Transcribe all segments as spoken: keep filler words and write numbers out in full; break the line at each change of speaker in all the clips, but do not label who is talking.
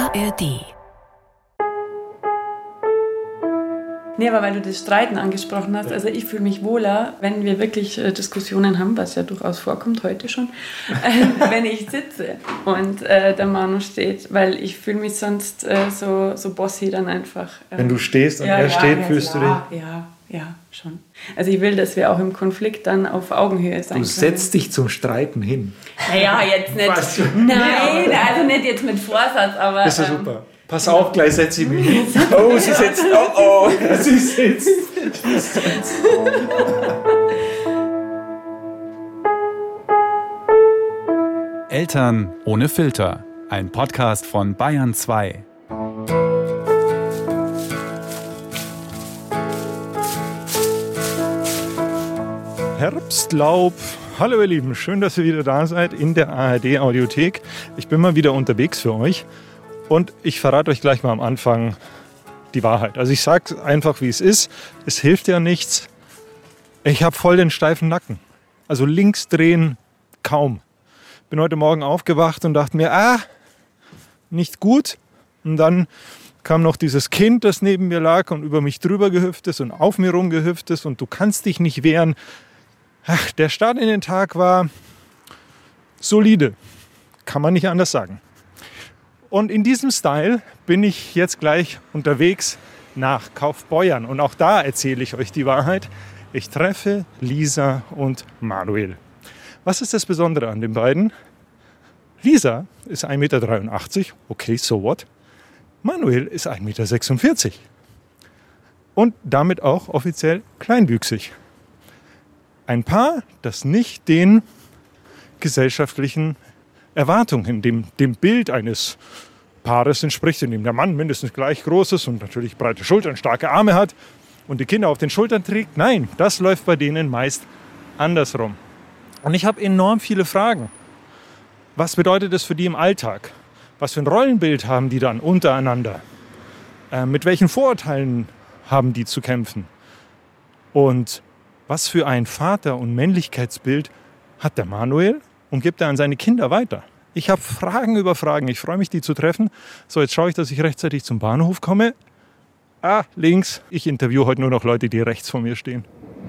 A R D.
Nee, aber weil du das Streiten angesprochen hast, also ich fühle mich wohler, wenn wir wirklich äh, Diskussionen haben, was ja durchaus vorkommt, heute schon, äh, wenn ich sitze und äh, der Manu steht, weil ich fühle mich sonst äh, so, so bossy dann einfach. Äh,
wenn du stehst und
ja,
er
ja,
steht,
ja,
fühlst
ja,
du dich?
Ja, ja, schon. Also ich will, dass wir auch im Konflikt dann auf Augenhöhe sein
Du
können.
setzt dich zum Streiten hin.
Naja, jetzt nicht.
Was?
Nein, also nicht jetzt mit Vorsatz, aber...
Das ist ja
ähm,
super. Pass auf, gleich setze ich mich hin. Oh, sie sitzt. Oh, oh. Sie sitzt. Sie sitzt.
Eltern ohne Filter. Ein Podcast von Bayern zwei.
Herbstlaub. Hallo ihr Lieben, schön, dass ihr wieder da seid in der A R D Audiothek. Ich bin mal wieder unterwegs für euch und ich verrate euch gleich mal am Anfang die Wahrheit. Also ich sage einfach, wie es ist. Es hilft ja nichts. Ich habe voll den steifen Nacken. Also links drehen kaum. Bin heute Morgen aufgewacht und dachte mir, ah, nicht gut. Und dann kam noch dieses Kind, das neben mir lag und über mich drüber gehüpft ist und auf mir rumgehüpft ist und du kannst dich nicht wehren. Ach, der Start in den Tag war solide. Kann man nicht anders sagen. Und in diesem Style bin ich jetzt gleich unterwegs nach Kaufbeuern. Und auch da erzähle ich euch die Wahrheit. Ich treffe Lisa und Manuel. Was ist das Besondere an den beiden? Lisa ist ein Meter dreiundachtzig, okay, so what? Manuel ist ein Meter sechsundvierzig und damit auch offiziell kleinwüchsig. Ein Paar, das nicht den gesellschaftlichen Erwartungen, dem, dem Bild eines Paares entspricht, in dem der Mann mindestens gleich groß ist und natürlich breite Schultern, starke Arme hat und die Kinder auf den Schultern trägt. Nein, das läuft bei denen meist andersrum. Und ich habe enorm viele Fragen. Was bedeutet das für die im Alltag? Was für ein Rollenbild haben die dann untereinander? Äh, mit welchen Vorurteilen haben die zu kämpfen? Und was für ein Vater- und Männlichkeitsbild hat der Manuel und gibt er an seine Kinder weiter? Ich habe Fragen über Fragen. Ich freue mich, die zu treffen. So, jetzt schaue ich, dass ich rechtzeitig zum Bahnhof komme. Ah, links. Ich interviewe heute nur noch Leute, die rechts vor mir stehen.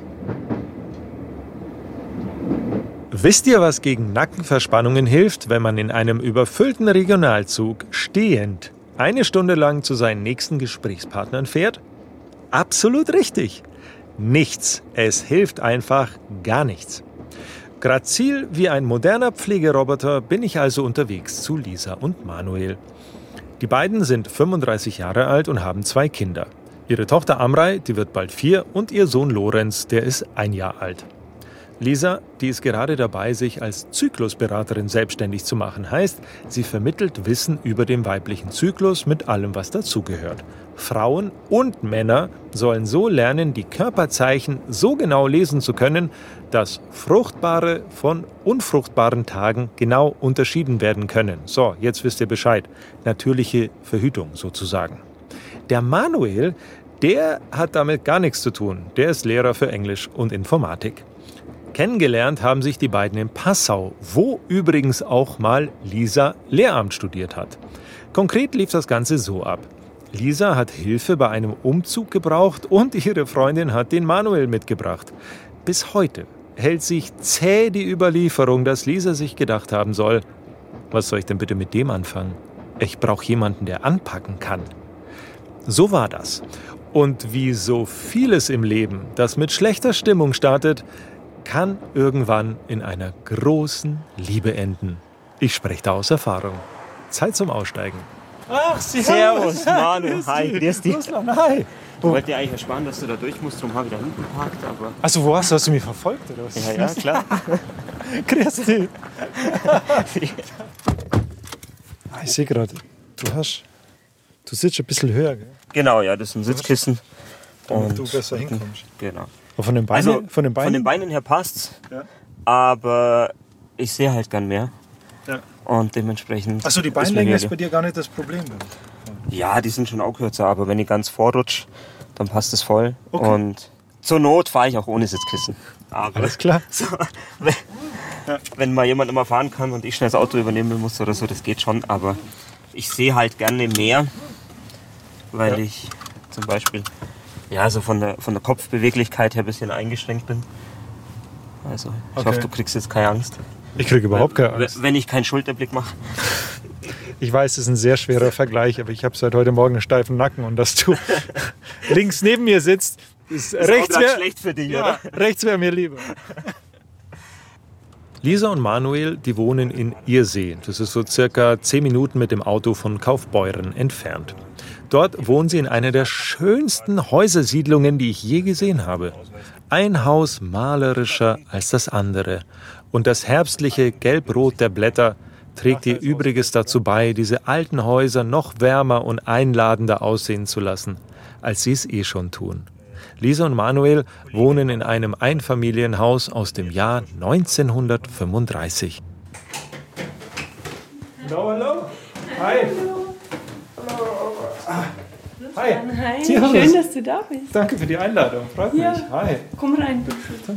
Wisst ihr, was gegen Nackenverspannungen hilft, wenn man in einem überfüllten Regionalzug stehend eine Stunde lang zu seinen nächsten Gesprächspartnern fährt? Absolut richtig. Nichts. Es hilft einfach gar nichts. Grazil wie ein moderner Pflegeroboter bin ich also unterwegs zu Lisa und Manuel. Die beiden sind fünfunddreißig Jahre alt und haben zwei Kinder. Ihre Tochter Amrei, die wird bald vier, und ihr Sohn Lorenz, der ist ein Jahr alt. Lisa, die ist gerade dabei, sich als Zyklusberaterin selbstständig zu machen. Heißt, sie vermittelt Wissen über den weiblichen Zyklus mit allem, was dazugehört. Frauen und Männer sollen so lernen, die Körperzeichen so genau lesen zu können, dass fruchtbare von unfruchtbaren Tagen genau unterschieden werden können. So, jetzt wisst ihr Bescheid. Natürliche Verhütung sozusagen. Der Manuel, der hat damit gar nichts zu tun. Der ist Lehrer für Englisch und Informatik. Kennengelernt haben sich die beiden in Passau, wo übrigens auch mal Lisa Lehramt studiert hat. Konkret lief das Ganze so ab. Lisa hat Hilfe bei einem Umzug gebraucht und ihre Freundin hat den Manuel mitgebracht. Bis heute hält sich zäh die Überlieferung, dass Lisa sich gedacht haben soll, was soll ich denn bitte mit dem anfangen? Ich brauche jemanden, der anpacken kann. So war das. Und wie so vieles im Leben, das mit schlechter Stimmung startet, kann irgendwann in einer großen Liebe enden. Ich spreche da aus Erfahrung. Zeit zum Aussteigen.
Ach, servus, Manu. Hi, grüß dich.
Russland, hi.
Ich wollte dir eigentlich ersparen, dass du da durch musst, darum habe ich da hinten geparkt, aber...
Also wo hast du? Hast du mich verfolgt oder was?
Ja, ja, klar.
Grüß dich. Ich sehe gerade, du hast... Du sitzt ein bisschen höher, gell?
Genau, ja, das ist ein Sitzkissen.
Damit du besser hinkommst.
Genau.
Aber von den Beinen,
Also,
von den Beinen?
Von den Beinen her passt's,
Ja.
aber ich sehe halt gern mehr.
Ja.
Und dementsprechend...
Achso, die
ist mir
Beinlänge ist
hier-
bei dir gar nicht das Problem.
Ja, die sind schon auch kürzer, aber wenn ich ganz vorrutsche, dann passt es voll.
Okay.
Und zur Not fahre ich auch ohne Sitzkissen. Aber
Alles klar.
so, wenn, wenn mal jemand immer fahren kann und ich schnell das Auto übernehmen muss oder so, das geht schon, aber ich sehe halt gerne mehr, weil
Ja.
ich zum Beispiel ja, so von der, von der Kopfbeweglichkeit her ein bisschen eingeschränkt bin. Also ich
Okay.
hoffe, du kriegst jetzt keine Angst.
Ich kriege überhaupt keine
W-
Angst.
Wenn ich keinen Schulterblick mache.
Ich weiß, es ist ein sehr schwerer Vergleich, aber ich habe seit heute Morgen einen steifen Nacken und dass du links neben mir sitzt, ist,
Ist
rechts
auch grad
wär-
schlecht für dich,
ja,
oder?
rechts wäre mir lieber. Lisa und Manuel, die wohnen in Irsee. Das ist so circa zehn Minuten mit dem Auto von Kaufbeuren entfernt. Dort wohnen sie in einer der schönsten Häusersiedlungen, die ich je gesehen habe. Ein Haus malerischer als das andere. Und das herbstliche Gelbrot der Blätter trägt ihr Übriges dazu bei, diese alten Häuser noch wärmer und einladender aussehen zu lassen, als sie es eh schon tun. Lisa und Manuel wohnen in einem Einfamilienhaus aus dem Jahr neunzehnhundertfünfunddreißig. Hallo, hallo. Hi. Hi.
Hi,
Servus.
schön, dass du da bist.
Danke für die Einladung. Freut
Ja.
mich. Hi.
Komm rein.
Dann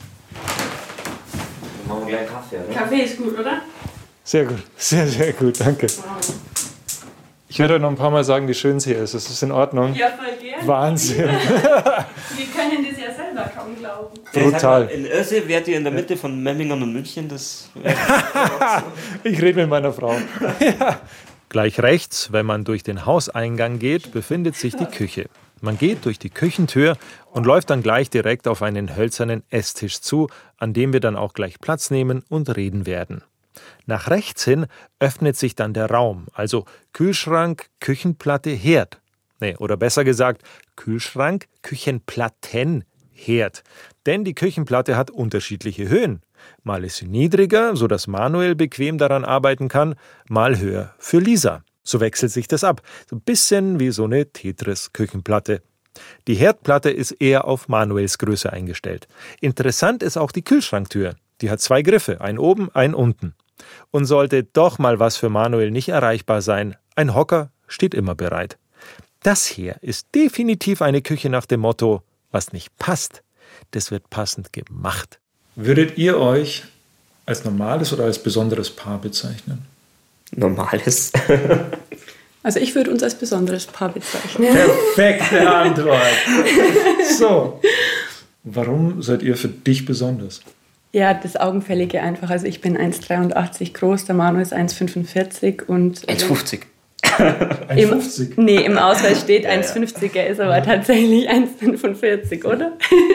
machen wir gleich einen Kaffee, oder?
Kaffee ist gut, oder?
Sehr gut. Sehr, sehr gut. Danke. Ich werde euch noch ein paar Mal sagen, wie schön es hier ist. Es ist in Ordnung.
Ja, voll gerne.
Wahnsinn.
Wir können das ja selber kaum glauben.
Brutal.
In Örsee wärt ihr in der Mitte von Memmingen und München. Das
Ich rede mit meiner Frau. Ja. Gleich rechts, wenn man durch den Hauseingang geht, befindet sich die Küche. Man geht durch die Küchentür und läuft dann gleich direkt auf einen hölzernen Esstisch zu, an dem wir dann auch gleich Platz nehmen und reden werden. Nach rechts hin öffnet sich dann der Raum, also Kühlschrank, Küchenplatte, Herd. Nee, oder besser gesagt, Kühlschrank, Küchenplatten, Herd. Denn die Küchenplatte hat unterschiedliche Höhen. Mal ist sie niedriger, sodass Manuel bequem daran arbeiten kann, mal höher für Lisa. So wechselt sich das ab. So ein bisschen wie so eine Tetris-Küchenplatte. Die Herdplatte ist eher auf Manuels Größe eingestellt. Interessant ist auch die Kühlschranktür. Die hat zwei Griffe, ein oben, ein unten. Und sollte doch mal was für Manuel nicht erreichbar sein, ein Hocker steht immer bereit. Das hier ist definitiv eine Küche nach dem Motto, was nicht passt, das wird passend gemacht. Würdet ihr euch als normales oder als besonderes Paar bezeichnen?
Normales.
Also ich würde uns als besonderes Paar bezeichnen.
Perfekte Antwort. So, warum seid ihr für dich besonders?
Ja, das Augenfällige einfach. Also ich bin eins Komma dreiundachtzig groß, der Manu ist eins Komma fünfundvierzig und
eins Komma fünfzig.
im,
eins Komma fünfzig?
nee, im Ausweis steht
Ja, ja.
eins Komma fünfzig, er ist aber tatsächlich eins Komma fünfundvierzig, oder?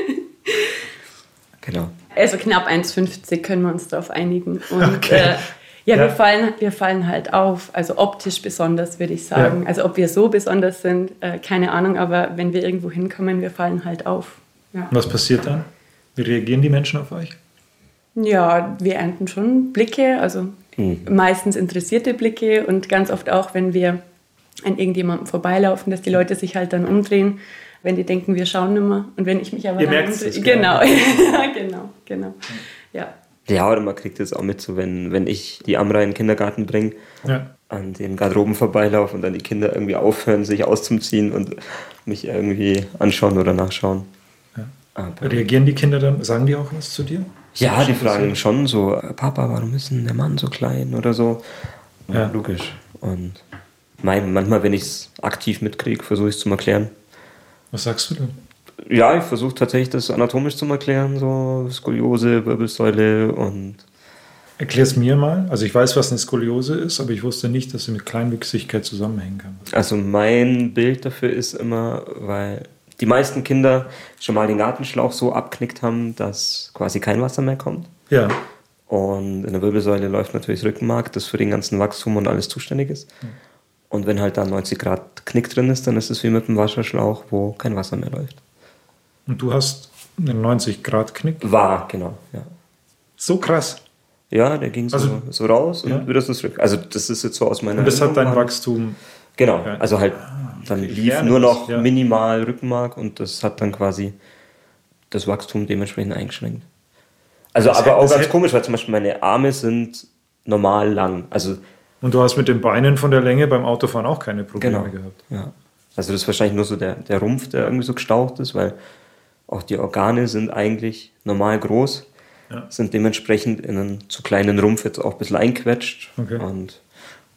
Genau.
Also knapp eins Komma fünfzig können wir uns darauf einigen. Und
Okay.
äh, ja,
Ja.
Wir, fallen, wir fallen halt auf, also optisch besonders, würde ich sagen.
Ja.
Also ob wir so besonders sind, äh, keine Ahnung, aber wenn wir irgendwo hinkommen, wir fallen halt auf. Ja.
Was passiert dann? Wie reagieren die Menschen auf euch?
Ja, wir ernten schon Blicke, also
Mhm.
meistens interessierte Blicke und ganz oft auch, wenn wir an irgendjemandem vorbeilaufen, dass die Leute sich halt dann umdrehen, wenn die denken, wir schauen nicht mehr. Und wenn ich mich aber
Ihr
dann
merkt's
umdrehe.
das,
Genau,
genau.
ja, genau, genau. Ja.
Ja, oder man kriegt es auch mit, so wenn, wenn ich die Amra in den Kindergarten bringe,
Ja.
an den Garderoben vorbeilaufe und dann die Kinder irgendwie aufhören, sich auszuziehen und mich irgendwie anschauen oder nachschauen.
Ja.
Aber
Reagieren die Kinder dann? Sagen die auch was zu dir?
ja, die fragen schon so, Papa, warum ist denn der Mann so klein oder so? Ja,
Ja.
logisch. Und mein, manchmal, wenn ich es aktiv mitkriege, versuche ich es zu erklären.
Was sagst du denn?
Ja, ich versuche tatsächlich das anatomisch zu erklären, so Skoliose, Wirbelsäule und
Erklär's mir mal. Also ich weiß, was eine Skoliose ist, aber ich wusste nicht, dass sie mit Kleinwüchsigkeit zusammenhängen kann.
also mein Bild dafür ist immer, weil die meisten Kinder schon mal den Gartenschlauch so abknickt haben, dass quasi kein Wasser mehr kommt.
Ja.
Und in der Wirbelsäule läuft natürlich das Rückenmark, das für den ganzen Wachstum und alles zuständig ist. Und wenn halt da neunzig Grad Knick drin ist, dann ist es wie mit einem Wasserschlauch, wo kein Wasser mehr läuft.
Und du hast einen neunzig Grad Knick.
War, genau, ja.
So krass.
Ja, der ging so,
Also-
so raus und
Ja.
wieder so zurück. Also das ist jetzt so aus meiner
Und das hat dein
Erinnerung.
Wachstum.
Genau,
Ja.
also halt, dann
ich
lief
lerne
nur
das,
noch
ja.
minimal Rückenmark und das hat dann quasi das Wachstum dementsprechend eingeschränkt. Also
Das
aber
hätte-
auch
das
ganz
hätte-
komisch, weil zum Beispiel meine Arme sind normal lang. Also
Und du hast mit den Beinen von der Länge beim Autofahren auch keine Probleme
genau.
gehabt.
Ja. Also das ist wahrscheinlich nur so der, der Rumpf, der irgendwie so gestaucht ist, weil auch die Organe sind eigentlich normal groß,
Ja.
sind dementsprechend in einen zu kleinen Rumpf jetzt auch ein bisschen einquetscht.
Okay.
Und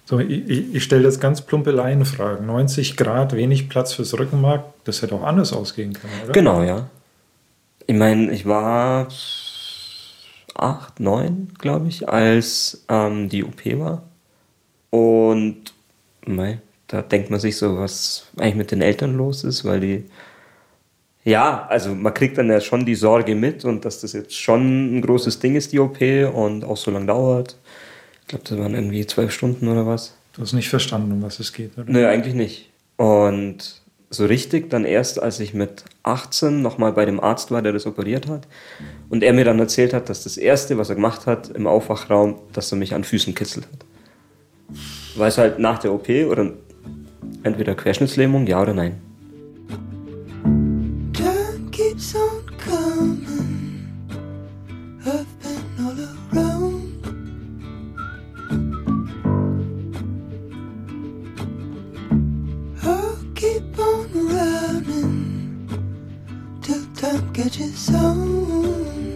So, ich, ich stelle jetzt ganz plumpe Laienfragen. neunzig Grad, wenig Platz fürs Rückenmark, das hätte auch anders ausgehen können, oder?
Genau, ja. Ich meine, ich war acht, neun, glaube ich, als ähm, die O P war. Und mei, da denkt man sich so, was eigentlich mit den Eltern los ist, weil die, ja, also man kriegt dann ja schon die Sorge mit und dass das jetzt schon ein großes Ding ist, die O P, und auch so lange dauert. Ich glaube, das waren irgendwie zwölf Stunden oder was.
Du hast nicht verstanden, um was es geht, oder?
Nö, eigentlich nicht. Und so richtig dann erst, als ich mit achtzehn nochmal bei dem Arzt war, der das operiert hat, und er mir dann erzählt hat, dass das Erste, was er gemacht hat im Aufwachraum, dass er mich an Füßen kitzelt hat. Weil es halt nach der O P oder entweder Querschnittslähmung, ja oder nein.
Time keeps on coming. I've been all around. I'll keep on running till time catches on.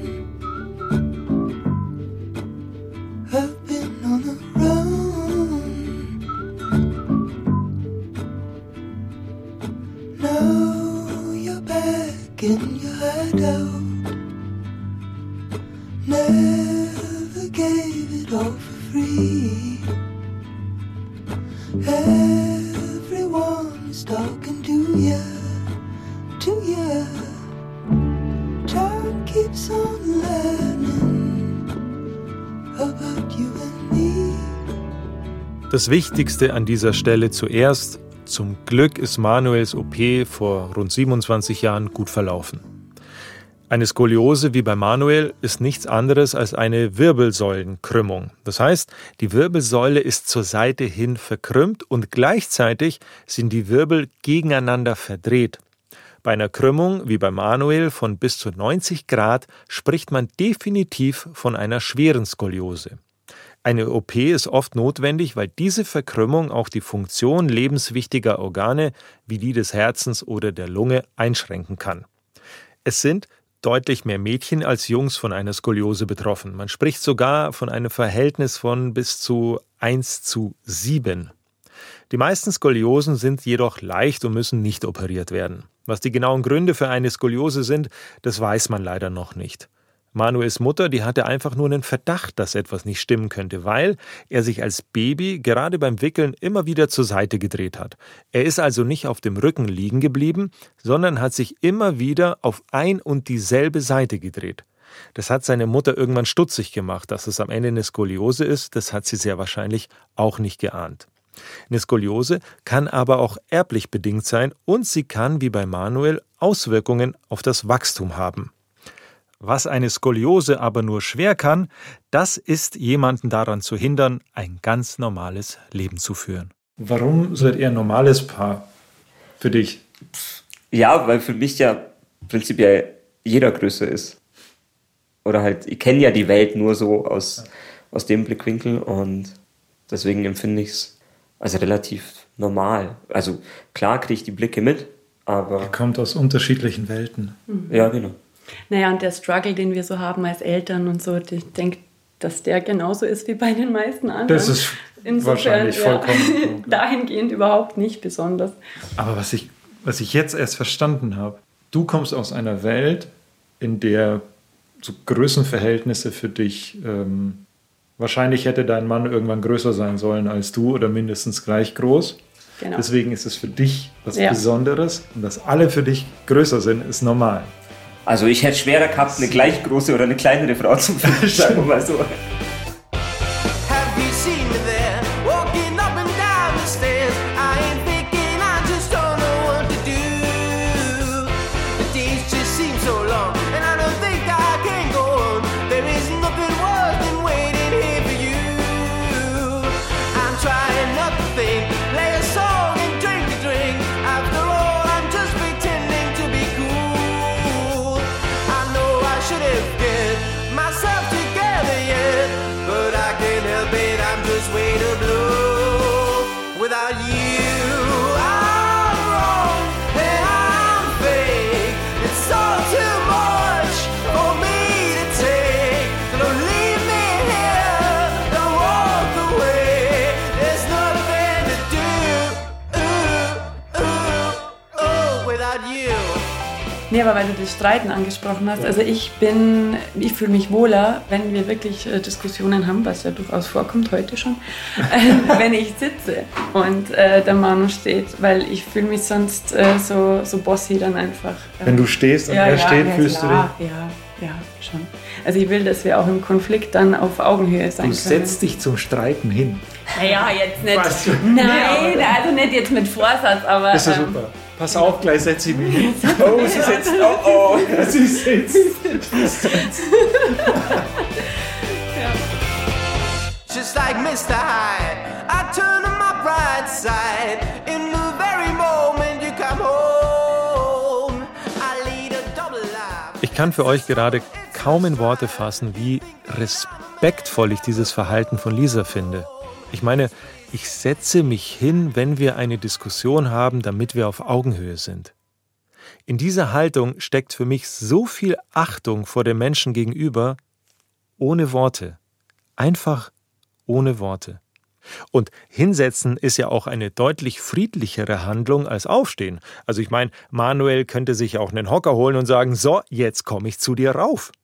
I've been on the run. Now you're back in your hideout. Never gave it all for free. Everyone is talking to you, to you. Time keeps on learning about you and me.
Das Wichtigste an dieser Stelle zuerst: Zum Glück ist Manuels O P vor rund siebenundzwanzig Jahren gut verlaufen. Eine Skoliose wie bei Manuel ist nichts anderes als eine Wirbelsäulenkrümmung. Das heißt, die Wirbelsäule ist zur Seite hin verkrümmt und gleichzeitig sind die Wirbel gegeneinander verdreht. Bei einer Krümmung wie bei Manuel von bis zu neunzig Grad spricht man definitiv von einer schweren Skoliose. Eine O P ist oft notwendig, weil diese Verkrümmung auch die Funktion lebenswichtiger Organe wie die des Herzens oder der Lunge einschränken kann. Es sind deutlich mehr Mädchen als Jungs von einer Skoliose betroffen. Man spricht sogar von einem Verhältnis von bis zu eins zu sieben. Die meisten Skoliosen sind jedoch leicht und müssen nicht operiert werden. Was die genauen Gründe für eine Skoliose sind, das weiß man leider noch nicht. Manuels Mutter, die hatte einfach nur einen Verdacht, dass etwas nicht stimmen könnte, weil er sich als Baby gerade beim Wickeln immer wieder zur Seite gedreht hat. Er ist also nicht auf dem Rücken liegen geblieben, sondern hat sich immer wieder auf ein und dieselbe Seite gedreht. Das hat seine Mutter irgendwann stutzig gemacht. Dass es am Ende eine Skoliose ist, das hat sie sehr wahrscheinlich auch nicht geahnt. Eine Skoliose kann aber auch erblich bedingt sein und sie kann, wie bei Manuel, Auswirkungen auf das Wachstum haben. Was eine Skoliose aber nur schwer kann, das ist, jemanden daran zu hindern, ein ganz normales Leben zu führen. Warum seid ihr ein normales Paar für dich?
Ja, weil für mich ja prinzipiell jeder größer ist. Oder halt, ich kenne ja die Welt nur so aus, aus dem Blickwinkel und deswegen empfinde ich es als relativ normal. Also klar kriege ich die Blicke mit, aber...
Ihr kommt aus unterschiedlichen Welten.
Mhm. Ja, genau.
Naja, und der Struggle, den wir so haben als Eltern und so, ich denke, dass der genauso ist wie bei den meisten anderen.
Das ist
Insofern,
wahrscheinlich vollkommen
ja, dahingehend überhaupt nicht besonders.
Aber was ich, was ich jetzt erst verstanden habe, du kommst aus einer Welt, in der so Größenverhältnisse für dich, ähm, wahrscheinlich hätte dein Mann irgendwann größer sein sollen als du oder mindestens gleich groß. Genau. Deswegen ist es für dich was ja. Besonderes und dass alle für dich größer sind, ist normal.
Also ich hätte schwerer gehabt, eine gleich große oder eine kleinere Frau zu finden, sagen wir mal so. Myself together yet, but I can't help it, I'm just waiting.
Nee, aber weil du das Streiten angesprochen hast, also ich bin, ich fühle mich wohler, wenn wir wirklich äh, Diskussionen haben, was ja durchaus vorkommt, heute schon, äh, wenn ich sitze und äh, der Manu steht, weil ich fühle mich sonst äh, so, so bossy dann einfach. Äh,
Wenn du stehst und
ja,
er
ja,
steht,
ja,
fühlst
klar,
du dich?
Ja, ja, schon. Also ich will, dass wir auch im Konflikt dann auf Augenhöhe sein
Du
können.
setzt dich zum Streiten hin.
Naja, jetzt nicht.
Weißt du?
Nein,
Nee,
also nicht jetzt mit Vorsatz, aber.
Das ist ja
ähm,
super. Pass auf, gleich setze ich mich hin. Oh, sie sitzt. Oh, oh, sie sitzt.
Just like Mister Hyde, I turn on my bright side. In the very moment you come home, I lead a double life.
Ich kann für euch gerade kaum in Worte fassen, wie respektvoll ich dieses Verhalten von Lisa finde. Ich meine, ich setze mich hin, wenn wir eine Diskussion haben, damit wir auf Augenhöhe sind. In dieser Haltung steckt für mich so viel Achtung vor dem Menschen gegenüber, ohne Worte. Einfach ohne Worte. Und hinsetzen ist ja auch eine deutlich friedlichere Handlung als aufstehen. Also ich meine, Manuel könnte sich auch einen Hocker holen und sagen, so, jetzt komme ich zu dir rauf.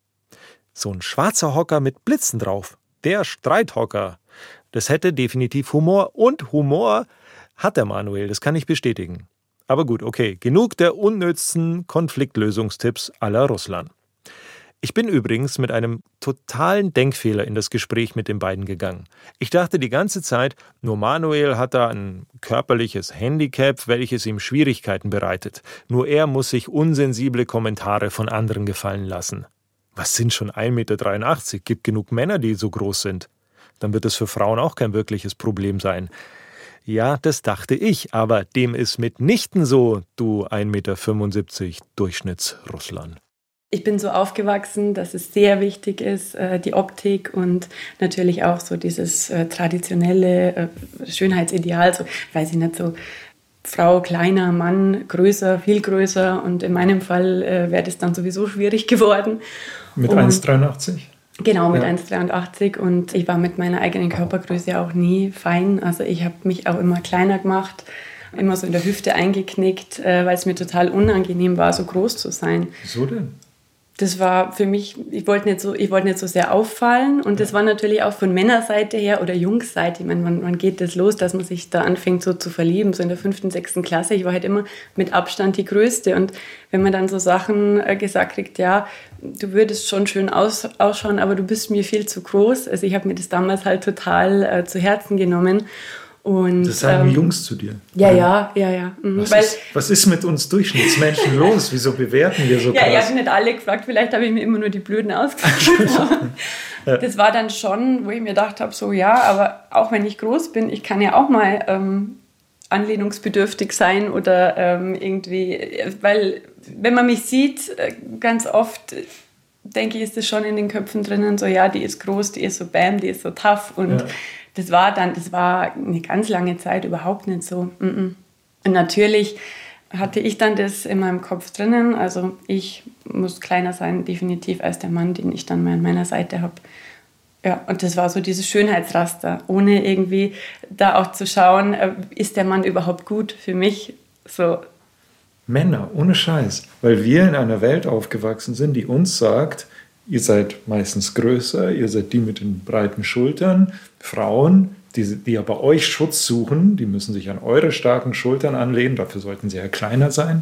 So ein schwarzer Hocker mit Blitzen drauf, der Streithocker, das hätte definitiv Humor. Und Humor hat der Manuel, das kann ich bestätigen. Aber gut, okay, genug der unnützen Konfliktlösungstipps à la Russland. Ich bin übrigens mit einem totalen Denkfehler in das Gespräch mit den beiden gegangen. Ich dachte die ganze Zeit, nur Manuel hat da ein körperliches Handicap, welches ihm Schwierigkeiten bereitet. Nur er muss sich unsensible Kommentare von anderen gefallen lassen. Was sind schon ein Meter dreiundachtzig? Gibt genug Männer, die so groß sind. Dann wird es für Frauen auch kein wirkliches Problem sein. Ja, das dachte ich, aber dem ist mitnichten so, du ein Meter fünfundsiebzig Durchschnitts-Russland.
Ich bin so aufgewachsen, dass es sehr wichtig ist, äh, die Optik und natürlich auch so dieses äh, traditionelle äh, Schönheitsideal, so, weiß ich nicht, so Frau kleiner, Mann größer, viel größer, und in meinem Fall äh, wäre das dann sowieso schwierig geworden.
Mit
Und-
eins Komma dreiundachtzig?
Genau, mit
Ja.
eins Komma dreiundachtzig, und ich war mit meiner eigenen Körpergröße auch nie fein. Also ich habe mich auch immer kleiner gemacht, immer so in der Hüfte eingeknickt, äh, weil es mir total unangenehm war, so groß zu sein.
Wieso denn?
Das war für mich, ich wollte nicht so, ich wollte nicht so sehr auffallen, und das war natürlich auch von Männerseite her oder Jungsseite. Ich meine, wann, wann geht das los, dass man sich da anfängt so zu verlieben, so in der fünften, sechsten Klasse. Ich war halt immer mit Abstand die Größte, und wenn man dann so Sachen äh, gesagt kriegt, ja, du würdest schon schön aus, ausschauen, aber du bist mir viel zu groß. Also ich habe mir das damals halt total äh, zu Herzen genommen. Und,
Das sagen
ähm,
Jungs zu dir.
Ja, ja, ja, ja. Mhm.
Was,
Weil,
ist, was ist mit uns Durchschnittsmenschen los? Wieso bewerten wir so
ja, ich
krass?
habe nicht alle gefragt, vielleicht habe ich mir immer nur die Blöden ausgesucht. Das war dann schon, wo ich mir gedacht habe, so ja, aber auch wenn ich groß bin, ich kann ja auch mal ähm, anlehnungsbedürftig sein oder ähm, irgendwie, weil wenn man mich sieht, äh, ganz oft, äh, denke ich, ist das schon in den Köpfen drinnen, so ja, die ist groß, die ist so bam, die ist so tough, und
Ja.
das war dann, das war eine ganz lange Zeit überhaupt nicht so. Mm-mm. Und natürlich hatte ich dann das in meinem Kopf drinnen, also ich muss kleiner sein, definitiv, als der Mann, den ich dann mal an meiner Seite habe. Ja, und das war so dieses Schönheitsraster, ohne irgendwie da auch zu schauen, äh, ist der Mann überhaupt gut für mich? So,
Männer, ohne Scheiß. Weil wir in einer Welt aufgewachsen sind, die uns sagt, ihr seid meistens größer, ihr seid die mit den breiten Schultern. Frauen, die, die ja bei euch Schutz suchen, die müssen sich an eure starken Schultern anlehnen, dafür sollten sie ja kleiner sein.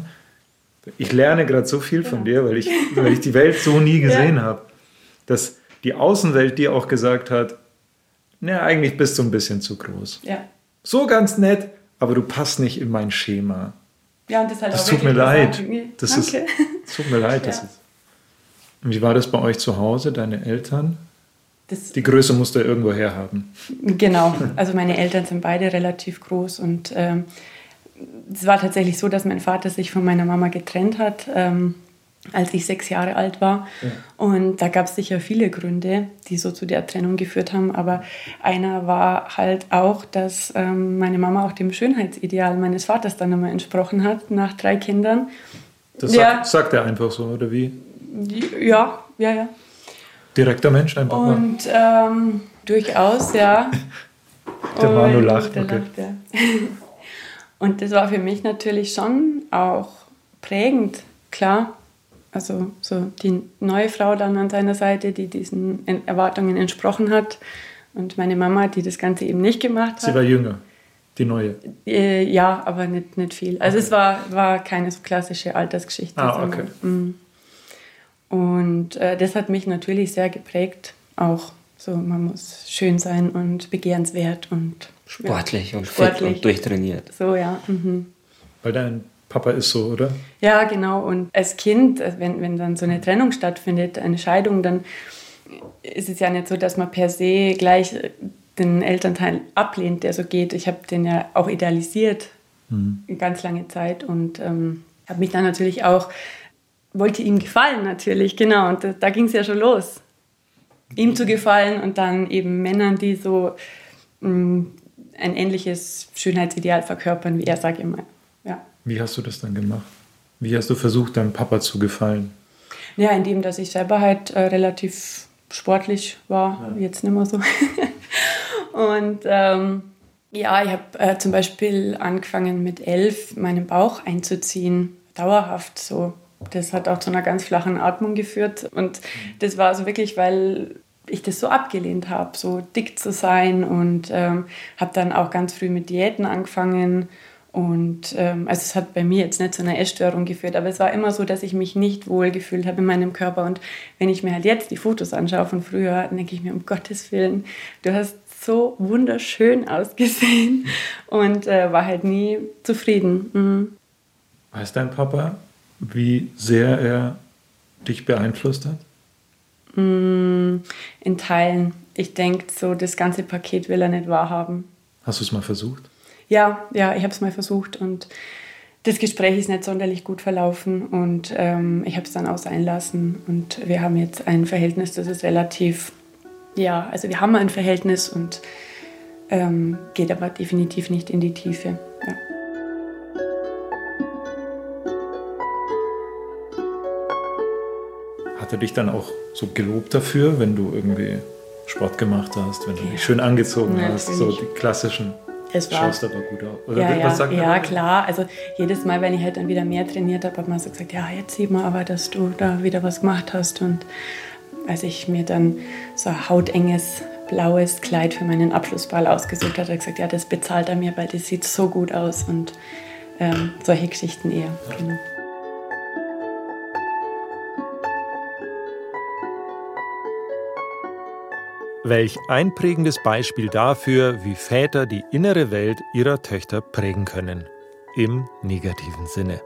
Ich lerne gerade so viel von dir, weil ich, weil ich die Welt so nie gesehen
Ja.
habe. Dass die Außenwelt dir auch gesagt hat, na, eigentlich bist du ein bisschen zu groß.
ja.
So ganz nett, aber du passt nicht in mein Schema.
Ja, und das halt
Das
auch
tut mir
wirklich
leid.
gesagt. Nee,
Das
danke.
ist, es tut mir leid. Das
Ja.
ist. Und wie war das bei euch zu Hause, deine Eltern?
Das,
Die Größe musst du irgendwo herhaben.
Genau, also meine Eltern sind beide relativ groß, und ähm, es war tatsächlich so, dass mein Vater sich von meiner Mama getrennt hat, ähm, als ich sechs Jahre alt war.
Ja.
Und da gab es sicher viele Gründe, die so zu der Trennung geführt haben. Aber einer war halt auch, dass ähm, meine Mama auch dem Schönheitsideal meines Vaters dann einmal entsprochen hat, nach drei Kindern.
Das
Ja.
sagt, sagt er einfach so, oder wie?
Ja, ja, ja.
Direkter Mensch, dein Papa.
Und ähm, durchaus, ja.
Der Manu
Und
lacht,
der
okay.
lacht, ja. Und das war für mich natürlich schon auch prägend, klar. Also so die neue Frau dann an seiner Seite, die diesen Erwartungen entsprochen hat. Und meine Mama, die das Ganze eben nicht gemacht hat.
Sie war jünger, die neue?
Äh, ja, aber nicht, nicht viel. Also okay. Es war, war keine so klassische Altersgeschichte.
Ah, okay.
Sondern, und äh, das hat mich natürlich sehr geprägt. Auch so, man muss schön sein und begehrenswert und
sportlich
ja,
und
sportlich.
fit und durchtrainiert.
So, ja. Mhm.
Weil dein Papa ist so, oder?
Ja, genau. Und als Kind, wenn, wenn dann so eine Trennung stattfindet, eine Scheidung, dann ist es ja nicht so, dass man per se gleich den Elternteil ablehnt, der so geht. Ich habe den ja auch idealisiert, mhm. eine ganz lange Zeit und ähm, habe mich dann natürlich auch, wollte ihm gefallen natürlich, genau. Und da, da ging es ja schon los, ihm zu gefallen und dann eben Männern, die so mh, ein ähnliches Schönheitsideal verkörpern, wie er, sage ich mal. Ja.
Wie hast du das dann gemacht? Wie hast du versucht, deinem Papa zu gefallen?
Ja, indem, dass ich selber halt äh, relativ sportlich war, ja. Jetzt nicht mehr so. Und ähm, ja, ich habe äh, zum Beispiel angefangen mit elf meinen Bauch einzuziehen, dauerhaft so. Das hat auch zu einer ganz flachen Atmung geführt und das war so wirklich, weil ich das so abgelehnt habe, so dick zu sein und ähm, habe dann auch ganz früh mit Diäten angefangen. Und ähm, also es hat bei mir jetzt nicht zu einer Essstörung geführt, aber es war immer so, dass ich mich nicht wohl gefühlt habe in meinem Körper. Und wenn ich mir halt jetzt die Fotos anschaue von früher, dann denke ich mir, um Gottes Willen, du hast so wunderschön ausgesehen und äh, war halt nie zufrieden. Mhm.
Weiß dein Papa, wie sehr er dich beeinflusst hat?
Mhm, in Teilen. Ich denke, so das ganze Paket will er nicht wahrhaben.
Hast du es mal versucht?
Ja, ja, ich habe es mal versucht und das Gespräch ist nicht sonderlich gut verlaufen und ähm, ich habe es dann auch sein lassen und wir haben jetzt ein Verhältnis, das ist relativ, ja, also wir haben ein Verhältnis und ähm, geht aber definitiv nicht in die Tiefe. Ja.
Hat er dich dann auch so gelobt dafür, wenn du irgendwie Sport gemacht hast, wenn du dich schön angezogen ja, hast, so die klassischen...
Es war,
schaust aber gut aus. Oder
ja,
was
ja,
sagt
ja klar. Also jedes Mal, wenn ich halt dann wieder mehr trainiert habe, hat man so gesagt, ja, jetzt sieht man aber, dass du da wieder was gemacht hast. Und als ich mir dann so ein hautenges, blaues Kleid für meinen Abschlussball ausgesucht habe, hat er gesagt, ja, das bezahlt er mir, weil das sieht so gut aus. Und ähm, solche Geschichten eher. Genau.
Welch einprägendes Beispiel dafür, wie Väter die innere Welt ihrer Töchter prägen können. Im negativen Sinne.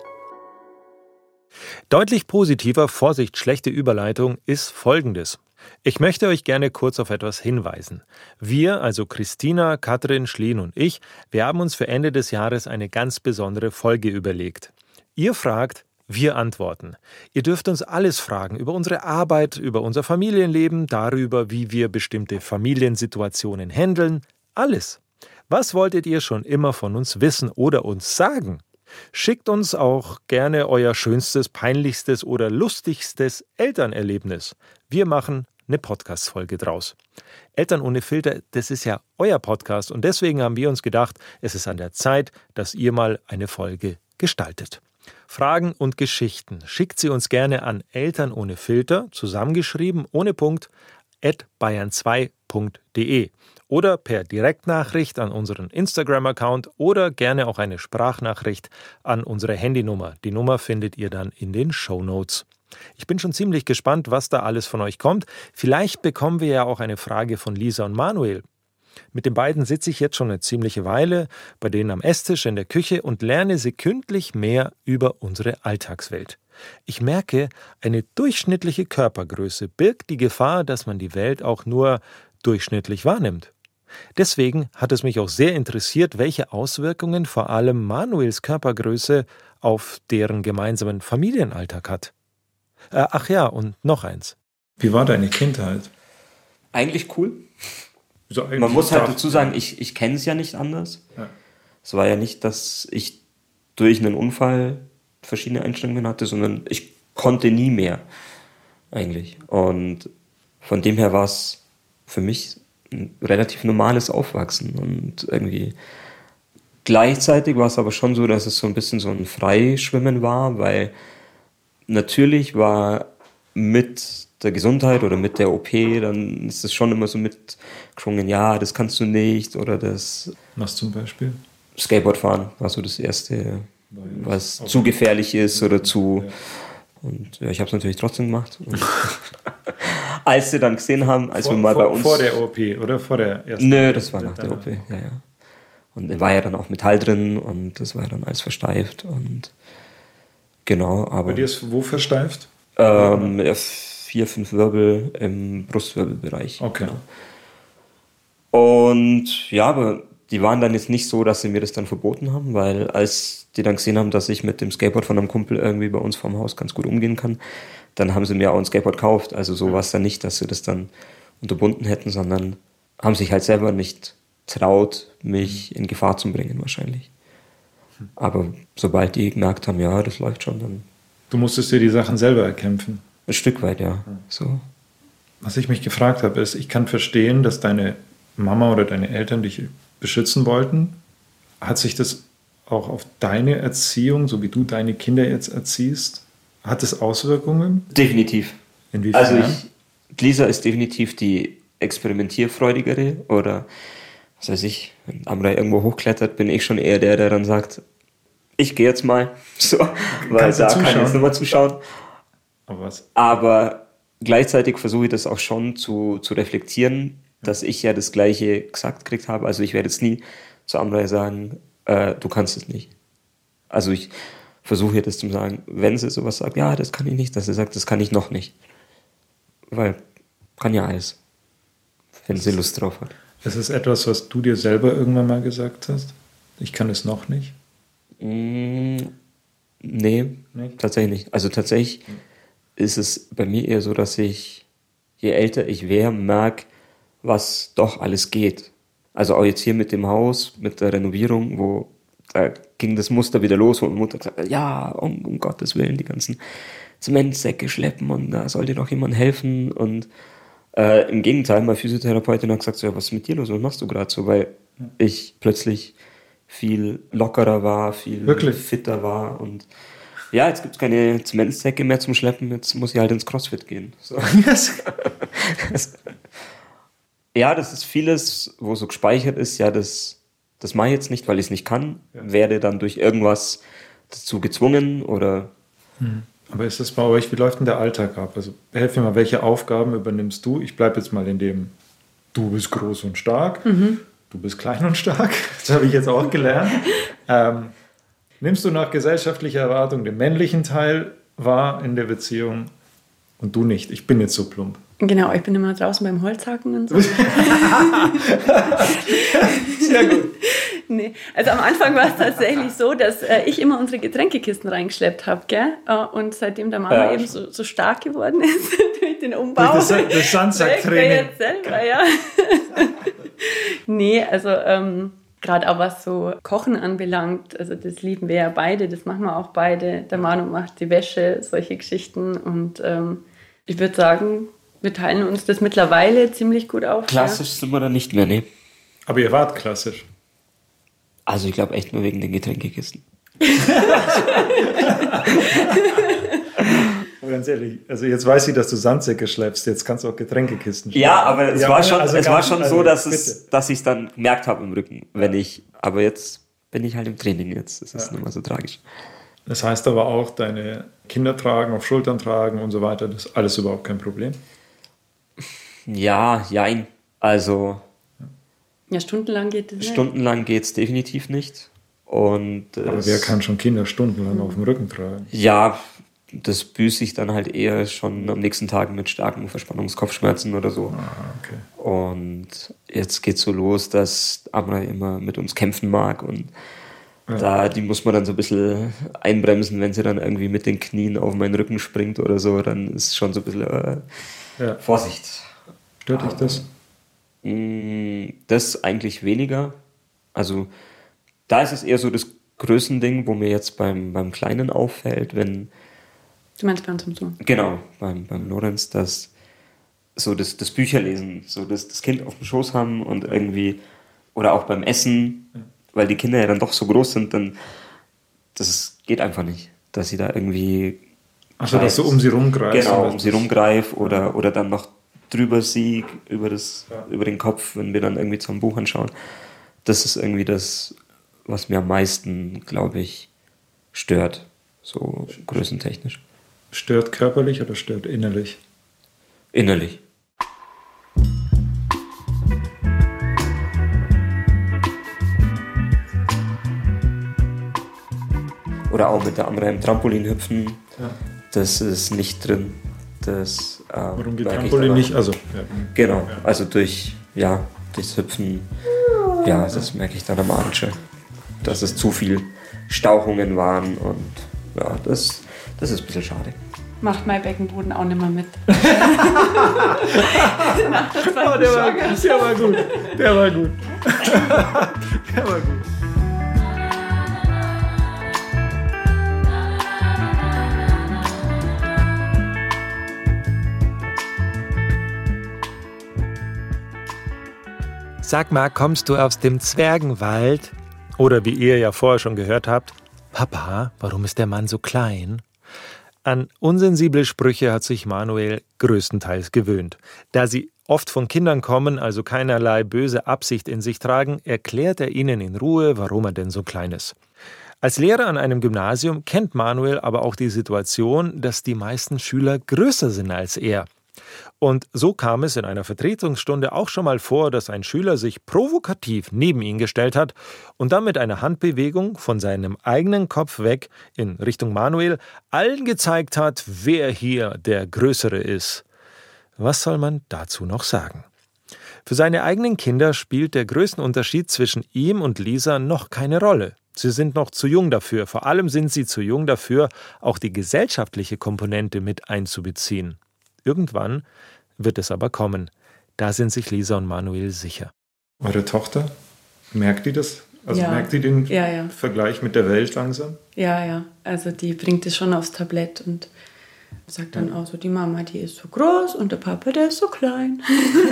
Deutlich positiver, Vorsicht, schlechte Überleitung, ist Folgendes. Ich möchte euch gerne kurz auf etwas hinweisen. Wir, also Christina, Katrin, Schlien und ich, wir haben uns für Ende des Jahres eine ganz besondere Folge überlegt. Ihr fragt, wir antworten. Ihr dürft uns alles fragen über unsere Arbeit, über unser Familienleben, darüber, wie wir bestimmte Familiensituationen handeln. Alles. Was wolltet ihr schon immer von uns wissen oder uns sagen? Schickt uns auch gerne euer schönstes, peinlichstes oder lustigstes Elternerlebnis. Wir machen eine Podcast-Folge draus. Eltern ohne Filter, das ist ja euer Podcast und deswegen haben wir uns gedacht, es ist an der Zeit, dass ihr mal eine Folge gestaltet. Fragen und Geschichten schickt sie uns gerne an Eltern ohne Filter, zusammengeschrieben, ohne Punkt, at bayern zwei punkt de oder per Direktnachricht an unseren Instagram-Account oder gerne auch eine Sprachnachricht an unsere Handynummer. Die Nummer findet ihr dann in den Shownotes. Ich bin schon ziemlich gespannt, was da alles von euch kommt. Vielleicht bekommen wir ja auch eine Frage von Lisa und Manuel. Mit den beiden sitze ich jetzt schon eine ziemliche Weile, bei denen am Esstisch in der Küche und lerne sekündlich mehr über unsere Alltagswelt. Ich merke, eine durchschnittliche Körpergröße birgt die Gefahr, dass man die Welt auch nur durchschnittlich wahrnimmt. Deswegen hat es mich auch sehr interessiert, welche Auswirkungen vor allem Manuels Körpergröße auf deren gemeinsamen Familienalltag hat. Äh, ach ja, und noch eins. Wie war deine Kindheit?
Eigentlich cool.
So, eigentlich
Man muss halt dazu sagen, ich, ich kenne es ja nicht anders. Ja. Es war ja nicht, dass ich durch einen Unfall verschiedene Einstellungen hatte, sondern ich konnte nie mehr eigentlich. Und von dem her war es für mich ein relativ normales Aufwachsen. Und irgendwie gleichzeitig war es aber schon so, dass es so ein bisschen so ein Freischwimmen war, weil natürlich war mit der Gesundheit oder mit der O P, dann ist es schon immer so mitgeschwungen, ja, das kannst du nicht oder das
Was zum Beispiel?
Skateboardfahren war so das Erste, was zu gefährlich ist oder zu... Und ja, ich habe es natürlich trotzdem gemacht. Und als sie dann gesehen haben, als
vor,
wir mal
vor,
bei uns...
Vor der O P oder vor der ersten?
Nö, das war nach der O P, ja, ja. Und da war ja dann auch Metall drin und das war ja dann alles versteift und genau, aber...
Bei dir ist wo versteift?
Ähm, ja, vier, fünf Wirbel im Brustwirbelbereich.
Okay.
Genau. Und ja, aber die waren dann jetzt nicht so, dass sie mir das dann verboten haben, weil als die dann gesehen haben, dass ich mit dem Skateboard von einem Kumpel irgendwie bei uns vorm Haus ganz gut umgehen kann, dann haben sie mir auch ein Skateboard gekauft. Also so war es dann nicht, dass sie das dann unterbunden hätten, sondern haben sich halt selber nicht traut, mich in Gefahr zu bringen wahrscheinlich. Aber sobald die gemerkt haben, ja, das läuft schon, dann...
Du musstest dir die Sachen selber erkämpfen.
Ein Stück weit, ja. So.
Was ich mich gefragt habe, ist, ich kann verstehen, dass deine Mama oder deine Eltern dich beschützen wollten. Hat sich das auch auf deine Erziehung, so wie du deine Kinder jetzt erziehst, hat es Auswirkungen?
Definitiv.
Inwiefern?
Also ich, Lisa ist definitiv die experimentierfreudigere oder was weiß ich, wenn Amrei irgendwo hochklettert, bin ich schon eher der, der dann sagt, ich gehe jetzt mal, so, weil da kann ich jetzt nicht mal zuschauen.
Aber, was?
Aber gleichzeitig versuche ich das auch schon zu, zu reflektieren, dass ich ja das Gleiche gesagt gekriegt habe. Also ich werde jetzt nie zu Amrei sagen, äh, du kannst es nicht. Also ich versuche ihr das zu sagen, wenn sie sowas sagt, ja, das kann ich nicht, dass sie sagt, das kann ich noch nicht. Weil kann ja alles, wenn sie Lust drauf hat.
Ist es etwas, was du dir selber irgendwann mal gesagt hast? Ich kann es noch nicht?
Mm, nee,
Nicht?
tatsächlich nicht. Also tatsächlich mhm. ist es bei mir eher so, dass ich, je älter ich wäre, merke, was doch alles geht. Also auch jetzt hier mit dem Haus, mit der Renovierung, wo da ging das Muster wieder los, wo meine Mutter gesagt hat, ja, um, um Gottes Willen, die ganzen Zementsäcke schleppen und da soll dir doch jemand helfen. Und äh, im Gegenteil, meine Physiotherapeutin hat gesagt, so, ja, was ist mit dir los, was machst du gerade so? Weil ja. ich plötzlich viel lockerer war, viel
Wirklich?
fitter war und ja, jetzt gibt es keine Zementsäcke mehr zum Schleppen, jetzt muss ich halt ins CrossFit gehen. So. Yes. Ja, das ist vieles, wo so gespeichert ist, ja, das, das mache ich jetzt nicht, weil ich es nicht kann, ja. werde dann durch irgendwas dazu gezwungen oder...
Hm. Aber ist das bei euch, wie läuft denn der Alltag ab? Also helf mir mal, welche Aufgaben übernimmst du? Ich bleibe jetzt mal in dem, du bist groß und stark, mhm. du bist klein und stark, das habe ich jetzt auch gelernt. ähm, nimmst du nach gesellschaftlicher Erwartung den männlichen Teil wahr in der Beziehung und du nicht? Ich bin jetzt so plump.
Genau, ich bin immer draußen beim Holzhacken und so.
Sehr gut.
Nee. Also am Anfang war es tatsächlich so, dass äh, ich immer unsere Getränkekisten reingeschleppt habe, gell? Äh, und seitdem der Mama ja. eben so, so stark geworden ist durch den Umbau.
Durch das, das Sandsacktraining.
jetzt selber, ja. Nee, also ähm, gerade auch was so Kochen anbelangt, also das lieben wir ja beide, das machen wir auch beide. Der Manu macht die Wäsche, solche Geschichten und ähm, ich würde sagen, wir teilen uns das mittlerweile ziemlich gut auf.
Klassisch ja. sind wir dann nicht mehr, ne?
Aber ihr wart klassisch.
Also ich glaube echt nur wegen den Getränkekisten.
Ganz ehrlich, also jetzt weiß ich, dass du Sandsäcke schleppst, jetzt kannst du auch Getränkekisten schleppen.
Ja, aber es
ja,
war schon,
also
es war schon
also
so, dass,
bitte.
es, dass ich es dann gemerkt habe im Rücken, wenn ich, aber jetzt bin ich halt im Training jetzt, das ist ja. nicht mehr so tragisch.
Das heißt aber auch, deine Kinder tragen, auf Schultern tragen und so weiter, das ist alles überhaupt kein Problem?
Ja, jein, also...
Ja, stundenlang geht es
Stundenlang geht es definitiv nicht. Und
aber wer kann schon Kinder stundenlang mhm. auf dem Rücken tragen?
Ja, das büße ich dann halt eher schon am nächsten Tag mit starken Verspannungskopfschmerzen oder so.
Ah, okay.
Und jetzt geht's so los, dass Amrei immer mit uns kämpfen mag und ja. da die muss man dann so ein bisschen einbremsen, wenn sie dann irgendwie mit den Knien auf meinen Rücken springt oder so, dann ist schon so ein bisschen äh, ja. Vorsicht.
Stört dich das?
Das eigentlich weniger. Also da ist es eher so das Größending, wo mir jetzt beim, beim Kleinen auffällt, wenn...
Du meinst bei unserem Sohn?
Genau, beim, beim Lorenz, dass so das, das Bücherlesen, so das, das Kind auf dem Schoß haben und irgendwie, oder auch beim Essen, weil die Kinder ja dann doch so groß sind, dann das geht einfach nicht, dass sie da irgendwie
Also, dass du um sie rumgreifst.
Genau, um sie rumgreif oder, oder dann noch drüber sieg, über, das, ja. über den Kopf, wenn wir dann irgendwie zum Buch anschauen. Das ist irgendwie das, was mir am meisten, glaube ich, stört, so größentechnisch.
Stört körperlich oder stört innerlich?
Innerlich. Oder auch mit der anderen Trampolin hüpfen, ja. Das ist nicht drin. Das, äh,
Warum geht Trampolin nicht? Also, ja.
Genau, also durch, ja, durchs Hüpfen, ja, das merke ich dann am Abend schon, dass es zu viel Stauchungen waren und ja, das, das ist ein bisschen schade.
Macht mein Beckenboden auch nicht mehr mit.
Oh, der, war, der war gut, der war gut. Der war gut.
Sag mal, kommst du aus dem Zwergenwald?
Oder wie ihr ja vorher schon gehört habt,
Papa, warum ist der Mann so klein?
An unsensible Sprüche hat sich Manuel größtenteils gewöhnt. Da sie oft von Kindern kommen, also keinerlei böse Absicht in sich tragen, erklärt er ihnen in Ruhe, warum er denn so klein ist. Als Lehrer an einem Gymnasium kennt Manuel aber auch die Situation, dass die meisten Schüler größer sind als er. Und so kam es in einer Vertretungsstunde auch schon mal vor, dass ein Schüler sich provokativ neben ihn gestellt hat und dann mit einer Handbewegung von seinem eigenen Kopf weg in Richtung Manuel allen gezeigt hat, wer hier der Größere ist. Was soll man dazu noch sagen? Für seine eigenen Kinder spielt der Größenunterschied zwischen ihm und Lisa noch keine Rolle. Sie sind noch zu jung dafür, vor allem sind sie zu jung dafür, auch die gesellschaftliche Komponente mit einzubeziehen. Irgendwann wird es aber kommen. Da sind sich Lisa und Manuel sicher.
Eure Tochter, merkt die das? Also
ja.
merkt die den
ja, ja.
Vergleich mit der Welt langsam?
Ja, ja. Also die bringt es schon aufs Tablett und sagt dann ja. auch so, die Mama, die ist so groß und der Papa, der ist so klein.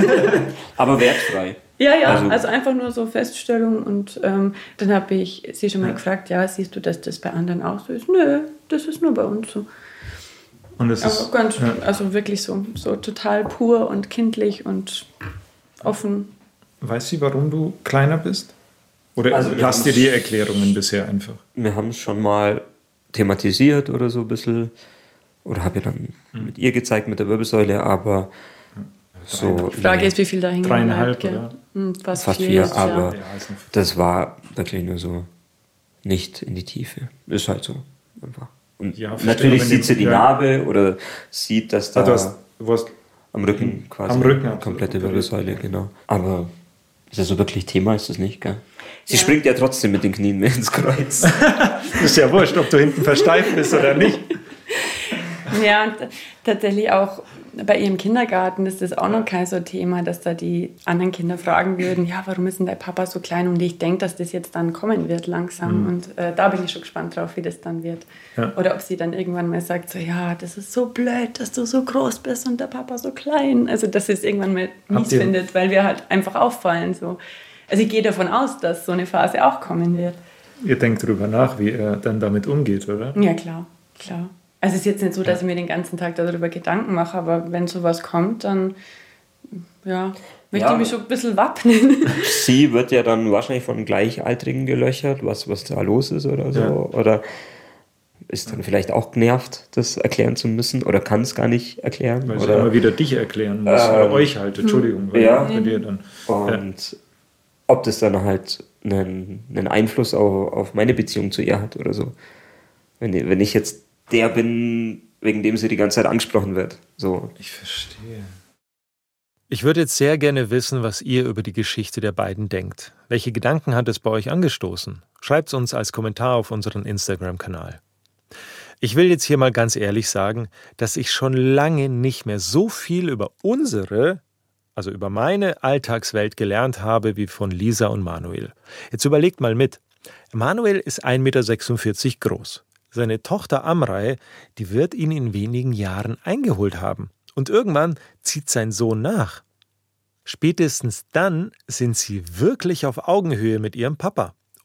Aber wertfrei.
Ja, ja,
also,
also einfach nur so Feststellung. Und ähm, dann habe ich sie schon mal ja. gefragt, ja, siehst du, dass das bei anderen auch so ist? Nö, das ist nur bei uns so.
Und es ist,
Aber ganz,
ja.
also wirklich so, so total pur und kindlich und offen.
Weiß sie, warum du kleiner bist? Oder
also
lasst dir die Erklärungen bisher einfach?
Wir haben es schon mal thematisiert oder so ein bisschen. Oder habe ich dann mhm. mit ihr gezeigt, mit der Wirbelsäule, aber so...
Die Frage ist, wie viel da hängen
Dreieinhalb,
bleibt,
oder?
Hm, fast,
fast
vier,
vier,
ist,
aber
ja.
das war wirklich nur so nicht in die Tiefe. Ist halt so einfach. Und
ja,
natürlich sieht sie die ja. Narbe oder sieht, dass da
ah, du hast, du hast
am Rücken quasi
am Rücken
komplette Wirbelsäule, genau. Aber ist das so wirklich Thema, ist das nicht, gell? Sie ja. springt ja trotzdem mit den Knien mehr ins Kreuz.
Ist ja wurscht, ob du hinten versteift bist oder nicht.
Ja, und tatsächlich auch bei ihrem Kindergarten ist das auch noch kein so Thema, dass da die anderen Kinder fragen würden, ja, warum ist denn dein Papa so klein? Und ich denke, dass das jetzt dann kommen wird langsam. Mhm. Und äh, da bin ich schon gespannt drauf, wie das dann wird. Ja. Oder ob sie dann irgendwann mal sagt, so, ja, das ist so blöd, dass du so groß bist und der Papa so klein. Also, dass sie es irgendwann mal mies findet, weil wir halt einfach auffallen. So. Also ich gehe davon aus, dass so eine Phase auch kommen wird.
Ihr denkt darüber nach, wie er dann damit umgeht, oder?
Ja, klar, klar. Also es ist jetzt nicht so, dass ich mir den ganzen Tag darüber Gedanken mache, aber wenn sowas kommt, dann ja, möchte
ja,
ich mich schon ein bisschen wappnen.
Sie wird ja dann wahrscheinlich von Gleichaltrigen gelöchert, was, was da los ist oder so. Ja. Oder ist dann vielleicht auch genervt, das erklären zu müssen oder kann es gar nicht erklären.
Weil
oder
sie immer wieder dich erklären muss, ähm, oder euch halt, Entschuldigung. Weil
ja,
bei dir dann,
und ja. ob das dann halt einen, einen Einfluss auf, auf meine Beziehung zu ihr hat oder so. Wenn, wenn ich jetzt der bin, wegen dem sie die ganze Zeit angesprochen wird. So.
Ich verstehe.
Ich würde jetzt sehr gerne wissen, was ihr über die Geschichte der beiden denkt. Welche Gedanken hat es bei euch angestoßen? Schreibt es uns als Kommentar auf unseren Instagram-Kanal. Ich will jetzt hier mal ganz ehrlich sagen, dass ich schon lange nicht mehr so viel über unsere, also über meine Alltagswelt gelernt habe wie von Lisa und Manuel. Jetzt überlegt mal mit. Manuel ist ein Meter sechsundvierzig groß. Seine Tochter Amrei, die wird ihn in wenigen Jahren eingeholt haben. Und irgendwann zieht sein Sohn nach. Spätestens dann sind sie wirklich auf Augenhöhe mit ihrem Papa.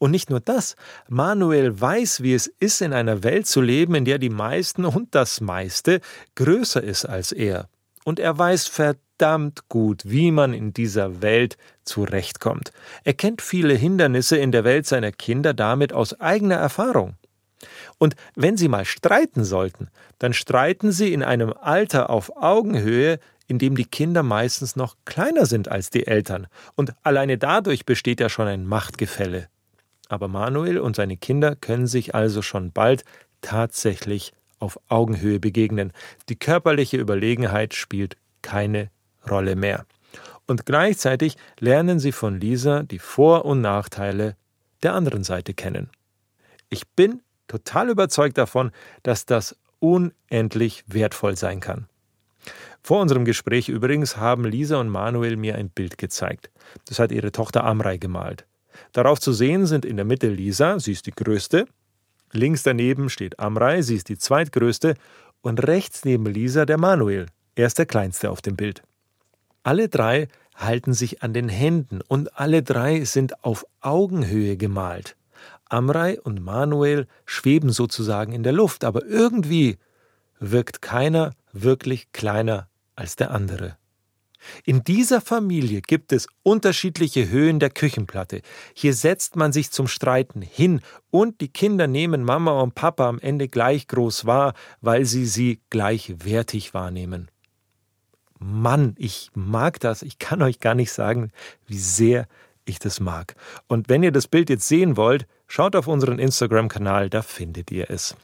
Und nicht nur das, Manuel weiß, wie es ist, in einer Welt zu leben, in der die meisten und das meiste größer ist als er. Und er weiß verdammt gut, wie man in dieser Welt zurechtkommt. Er kennt viele Hindernisse in der Welt seiner Kinder damit aus eigener Erfahrung. Und wenn sie mal streiten sollten, dann streiten sie in einem Alter auf Augenhöhe, in dem die Kinder meistens noch kleiner sind als die Eltern. Und alleine dadurch besteht ja schon ein Machtgefälle. Aber Manuel und seine Kinder können sich also schon bald tatsächlich auf Augenhöhe begegnen. Die körperliche Überlegenheit spielt keine Rolle mehr. Und gleichzeitig lernen sie von Lisa die Vor- und Nachteile der anderen Seite kennen. Ich bin total überzeugt davon, dass das unendlich wertvoll sein kann. Vor unserem Gespräch übrigens haben Lisa und Manuel mir ein Bild gezeigt. Das hat ihre Tochter Amrei gemalt. Darauf zu sehen sind in der Mitte Lisa, sie ist die Größte, links daneben steht Amrei, sie ist die zweitgrößte, und rechts neben Lisa der Manuel, er ist der Kleinste auf dem Bild. Alle drei halten sich an den Händen und alle drei sind auf Augenhöhe gemalt. Amrei und Manuel schweben sozusagen in der Luft, aber irgendwie wirkt keiner wirklich kleiner als der andere. In dieser Familie gibt es unterschiedliche Höhen der Küchenplatte. Hier setzt man sich zum Streiten hin und die Kinder nehmen Mama und Papa am Ende gleich groß wahr, weil sie sie gleichwertig wahrnehmen. Mann, ich mag das. Ich kann euch gar nicht sagen, wie sehr ich das mag. Und wenn ihr das Bild jetzt sehen wollt, schaut auf unseren Instagram-Kanal, da findet ihr es.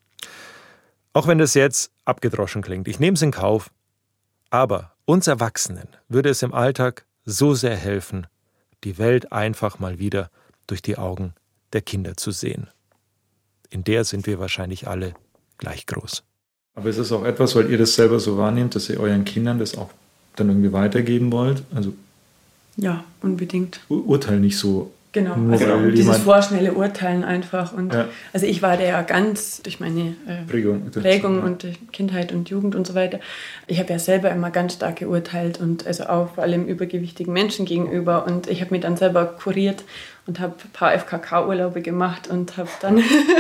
Auch wenn das jetzt abgedroschen klingt, ich nehme es in Kauf, aber uns Erwachsenen würde es im Alltag so sehr helfen, die Welt einfach mal wieder durch die Augen der Kinder zu sehen. In der sind wir wahrscheinlich alle gleich groß.
Aber ist es auch etwas, weil ihr das selber so wahrnehmt, dass ihr euren Kindern das auch dann irgendwie weitergeben wollt? Also
Ja, unbedingt.
Ur- Urteil nicht so.
Genau,
Nur
also
weil
dieses
jemand-
vorschnelle Urteilen einfach. Und
Ja.
also ich war da ja ganz durch meine äh,
Prägung.
Prägung und durch Kindheit und Jugend und so weiter. Ich habe ja selber immer ganz stark geurteilt und also auch vor allem übergewichtigen Menschen gegenüber. Und ich habe mich dann selber kuriert und habe ein paar F K K-Urlaube gemacht und habe dann,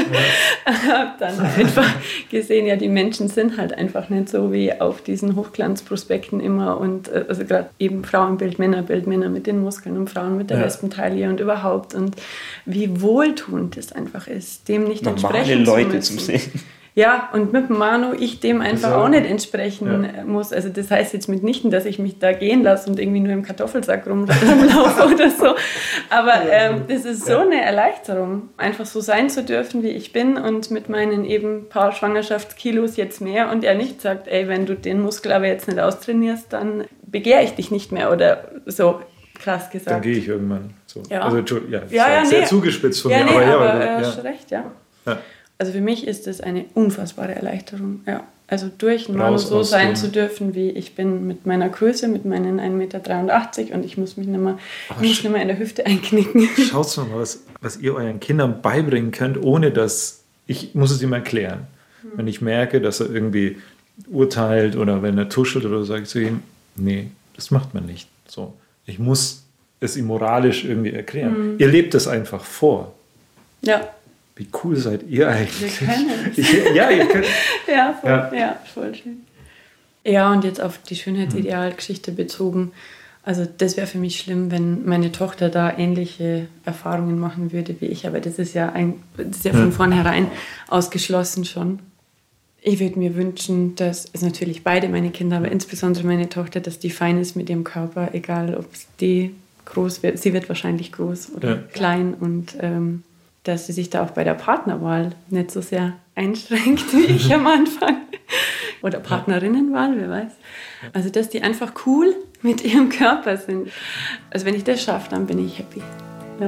hab dann einfach gesehen, ja, die Menschen sind halt einfach nicht so wie auf diesen Hochglanzprospekten immer. Und äh, also gerade eben Frauenbild, Männerbild, Männer mit den Muskeln und Frauen mit der
Ja.
Wespentaille und überhaupt. Und wie wohltuend es einfach ist, dem nicht
Normale
entsprechen
Leute
zu müssen.
zum Sehen.
Ja, und mit dem Manu, ich dem einfach
So.
auch nicht entsprechen
Ja.
muss. Also das heißt jetzt mitnichten, dass ich mich da gehen lasse und irgendwie nur im Kartoffelsack rum- rumlaufe oder so. Aber ähm, das ist so eine Erleichterung, einfach so sein zu dürfen, wie ich bin und mit meinen eben paar Schwangerschaftskilos jetzt mehr und er nicht sagt, ey, wenn du den Muskel aber jetzt nicht austrainierst, dann begehre ich dich nicht mehr oder so krass
Dann
gesagt.
gehe ich irgendwann. So.
Ja.
Also, Entschuldigung, ja, das
Ja,
war
ja,
jetzt sehr
nee.
zugespitzt von
Ja,
mir.
nee,
aber ja,
aber
aber,
äh,
ja.
hast recht, ja.
Ja.
Also für mich ist es eine unfassbare Erleichterung, ja. Also durch einen Manu
Raus
so
aus
sein
dem-
zu dürfen, wie ich bin, mit meiner Größe, mit meinen ein Meter dreiundachtzig und ich muss mich nicht mehr, ich muss nicht mehr in der Hüfte einknicken.
Schaut mal, was, was ihr euren Kindern beibringen könnt, ohne dass ich muss es ihm erklären. Wenn ich merke, dass er irgendwie urteilt oder wenn er tuschelt oder so, sage ich zu ihm, nee, das macht man nicht. So, ich muss es ihm moralisch irgendwie erklären. Ihr lebt es einfach vor.
Ja,
Wie cool seid ihr eigentlich?
wir können
Ich, ja, ihr könnt.
ja, voll,
Ja.
ja. voll schön. Ja, und jetzt auf die Schönheitsidealgeschichte bezogen. Also das wäre für mich schlimm, wenn meine Tochter da ähnliche Erfahrungen machen würde wie ich. Aber das ist ja, ein, das ist ja von vornherein ausgeschlossen schon. Ich würde mir wünschen, dass, also natürlich beide meine Kinder, aber insbesondere meine Tochter, dass die fein ist mit ihrem Körper, egal ob die groß wird. Sie wird wahrscheinlich groß oder
Ja.
klein und ähm, dass sie sich da auch bei der Partnerwahl nicht so sehr einschränkt wie ich am Anfang. Oder Partnerinnenwahl, wer weiß. Also, dass die einfach cool mit ihrem Körper sind. Also, wenn ich das schaffe, dann bin ich happy. Ja.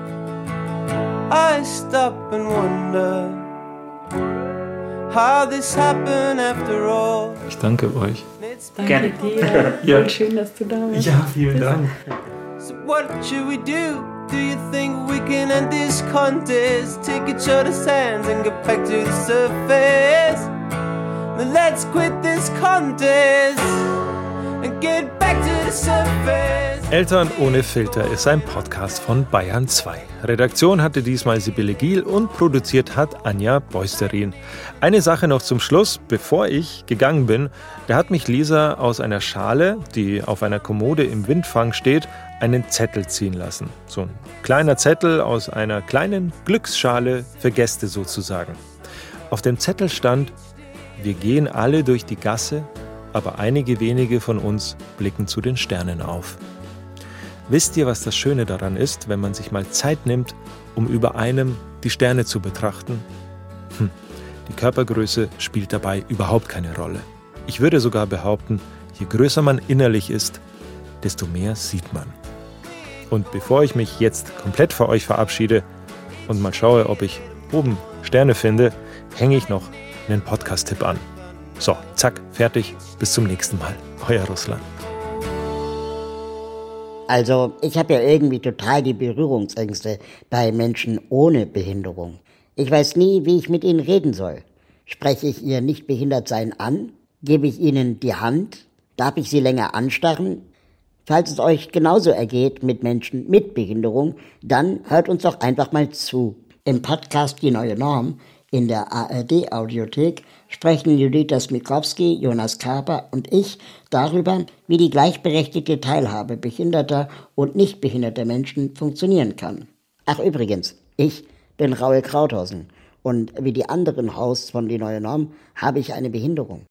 I stop and wonder how this happened after all.
Ich danke euch.
It's
Danke
Gerne.
dir.
Ja.
Voll schön, dass du da bist.
Ja, vielen Dank.
So what should we do? Do you think we can end this contest? Take each other's hands and get back to the surface. Then let's quit this contest. and get back to the surface.
Eltern ohne Filter ist ein Podcast von Bayern zwei. Redaktion hatte diesmal Sibylle Giel und produziert hat Anja Beusterin. Eine Sache noch zum Schluss, bevor ich gegangen bin, da hat mich Lisa aus einer Schale, die auf einer Kommode im Windfang steht, einen Zettel ziehen lassen. So ein kleiner Zettel aus einer kleinen Glücksschale für Gäste sozusagen. Auf dem Zettel stand: Wir gehen alle durch die Gasse, aber einige wenige von uns blicken zu den Sternen auf. Wisst ihr, was das Schöne daran ist, wenn man sich mal Zeit nimmt, um über einem die Sterne zu betrachten? Hm, die Körpergröße spielt dabei überhaupt keine Rolle. Ich würde sogar behaupten, je größer man innerlich ist, desto mehr sieht man. Und bevor ich mich jetzt komplett vor euch verabschiede und mal schaue, ob ich oben Sterne finde, hänge ich noch einen Podcast-Tipp an. So, zack, fertig, bis zum nächsten Mal. Euer Russland.
Also, ich habe ja irgendwie total die Berührungsängste bei Menschen ohne Behinderung. Ich weiß nie, wie ich mit ihnen reden soll. Spreche ich ihr Nichtbehindertsein an? Gebe ich ihnen die Hand? Darf ich sie länger anstarren? Falls es euch genauso ergeht mit Menschen mit Behinderung, dann hört uns doch einfach mal zu. Im Podcast Die neue Norm in der A R D-Audiothek sprechen Judita Smikrowski, Jonas Kaper und ich darüber, wie die gleichberechtigte Teilhabe behinderter und nicht behinderter Menschen funktionieren kann. Ach übrigens, ich bin Raul Krauthausen und wie die anderen Hosts von Die neue Norm habe ich eine Behinderung.